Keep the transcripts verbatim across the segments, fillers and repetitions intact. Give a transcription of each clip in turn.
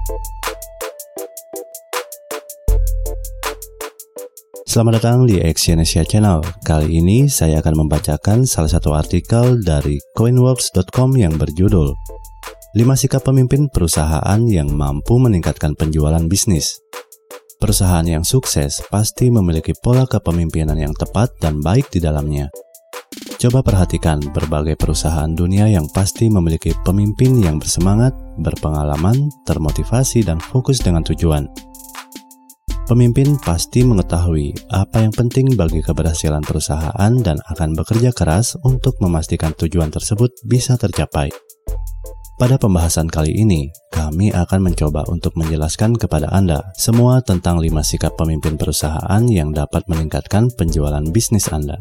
Selamat datang di Exyonesia Channel. Kali ini saya akan membacakan salah satu artikel dari coinworks dot com yang berjudul lima sikap pemimpin perusahaan yang mampu meningkatkan penjualan bisnis. Perusahaan yang sukses pasti memiliki pola kepemimpinan yang tepat dan baik di dalamnya. Coba perhatikan berbagai perusahaan dunia yang pasti memiliki pemimpin yang bersemangat, berpengalaman, termotivasi, dan fokus dengan tujuan. Pemimpin pasti mengetahui apa yang penting bagi keberhasilan perusahaan dan akan bekerja keras untuk memastikan tujuan tersebut bisa tercapai. Pada pembahasan kali ini, kami akan mencoba untuk menjelaskan kepada Anda semua tentang lima sikap pemimpin perusahaan yang dapat meningkatkan penjualan bisnis Anda.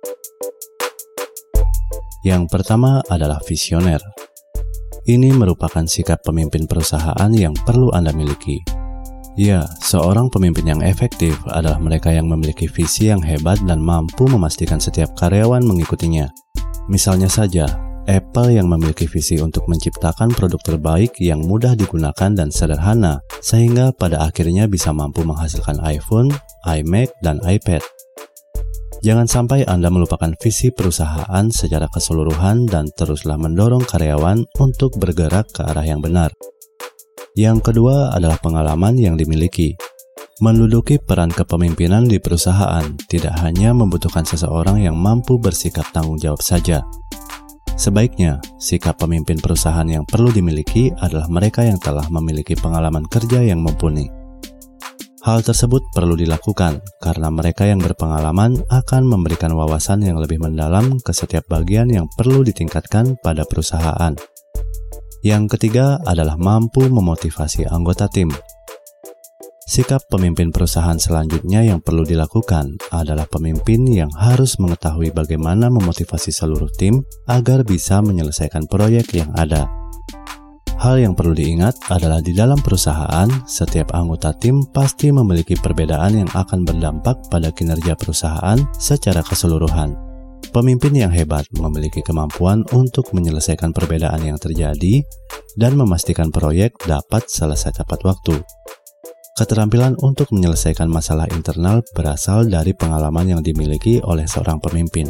Yang pertama adalah visioner. Ini merupakan sikap pemimpin perusahaan yang perlu Anda miliki. Ya, seorang pemimpin yang efektif adalah mereka yang memiliki visi yang hebat dan mampu memastikan setiap karyawan mengikutinya. Misalnya saja, Apple yang memiliki visi untuk menciptakan produk terbaik yang mudah digunakan dan sederhana, sehingga pada akhirnya bisa mampu menghasilkan iPhone, iMac, dan iPad. Jangan sampai Anda melupakan visi perusahaan secara keseluruhan dan teruslah mendorong karyawan untuk bergerak ke arah yang benar. Yang kedua adalah pengalaman yang dimiliki. Menduduki peran kepemimpinan di perusahaan tidak hanya membutuhkan seseorang yang mampu bersikap tanggung jawab saja. Sebaiknya, sikap pemimpin perusahaan yang perlu dimiliki adalah mereka yang telah memiliki pengalaman kerja yang mumpuni. Hal tersebut perlu dilakukan karena mereka yang berpengalaman akan memberikan wawasan yang lebih mendalam ke setiap bagian yang perlu ditingkatkan pada perusahaan. Yang ketiga adalah mampu memotivasi anggota tim. Sikap pemimpin perusahaan selanjutnya yang perlu dilakukan adalah pemimpin yang harus mengetahui bagaimana memotivasi seluruh tim agar bisa menyelesaikan proyek yang ada. Hal yang perlu diingat adalah di dalam perusahaan, setiap anggota tim pasti memiliki perbedaan yang akan berdampak pada kinerja perusahaan secara keseluruhan. Pemimpin yang hebat memiliki kemampuan untuk menyelesaikan perbedaan yang terjadi dan memastikan proyek dapat selesai tepat waktu. Keterampilan untuk menyelesaikan masalah internal berasal dari pengalaman yang dimiliki oleh seorang pemimpin.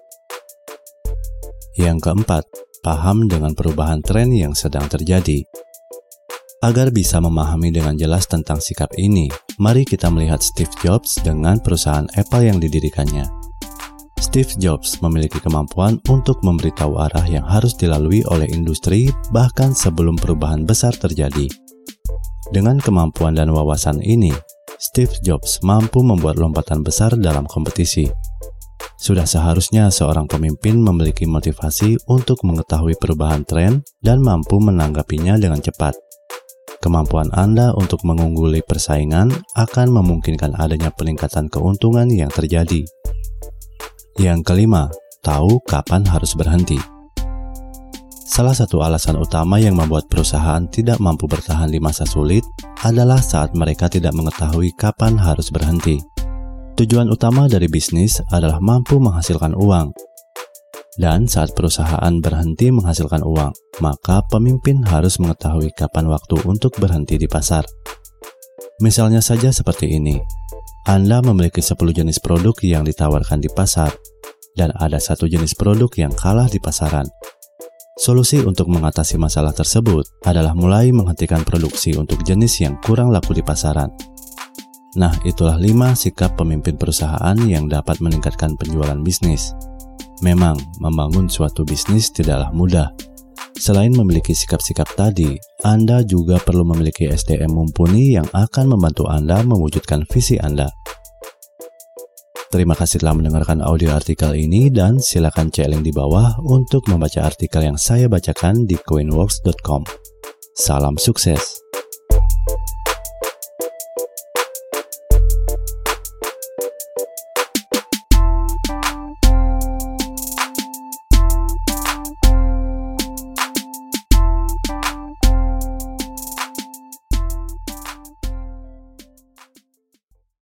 Yang keempat, paham dengan perubahan tren yang sedang terjadi. Agar bisa memahami dengan jelas tentang sikap ini, mari kita melihat Steve Jobs dengan perusahaan Apple yang didirikannya. Steve Jobs memiliki kemampuan untuk memberitahu arah yang harus dilalui oleh industri bahkan sebelum perubahan besar terjadi. Dengan kemampuan dan wawasan ini, Steve Jobs mampu membuat lompatan besar dalam kompetisi. Sudah seharusnya seorang pemimpin memiliki motivasi untuk mengetahui perubahan tren dan mampu menanggapinya dengan cepat. Kemampuan Anda untuk mengungguli persaingan akan memungkinkan adanya peningkatan keuntungan yang terjadi. Yang kelima, tahu kapan harus berhenti. Salah satu alasan utama yang membuat perusahaan tidak mampu bertahan di masa sulit adalah saat mereka tidak mengetahui kapan harus berhenti. Tujuan utama dari bisnis adalah mampu menghasilkan uang. Dan saat perusahaan berhenti menghasilkan uang, maka pemimpin harus mengetahui kapan waktu untuk berhenti di pasar. Misalnya saja seperti ini. Anda memiliki sepuluh jenis produk yang ditawarkan di pasar, dan ada satu jenis produk yang kalah di pasaran. Solusi untuk mengatasi masalah tersebut adalah mulai menghentikan produksi untuk jenis yang kurang laku di pasaran. Nah, itulah lima sikap pemimpin perusahaan yang dapat meningkatkan penjualan bisnis. Memang, membangun suatu bisnis tidaklah mudah. Selain memiliki sikap-sikap tadi, Anda juga perlu memiliki S D M mumpuni yang akan membantu Anda mewujudkan visi Anda. Terima kasih telah mendengarkan audio artikel ini dan silakan cek link di bawah untuk membaca artikel yang saya bacakan di coinworks dot com. Salam sukses!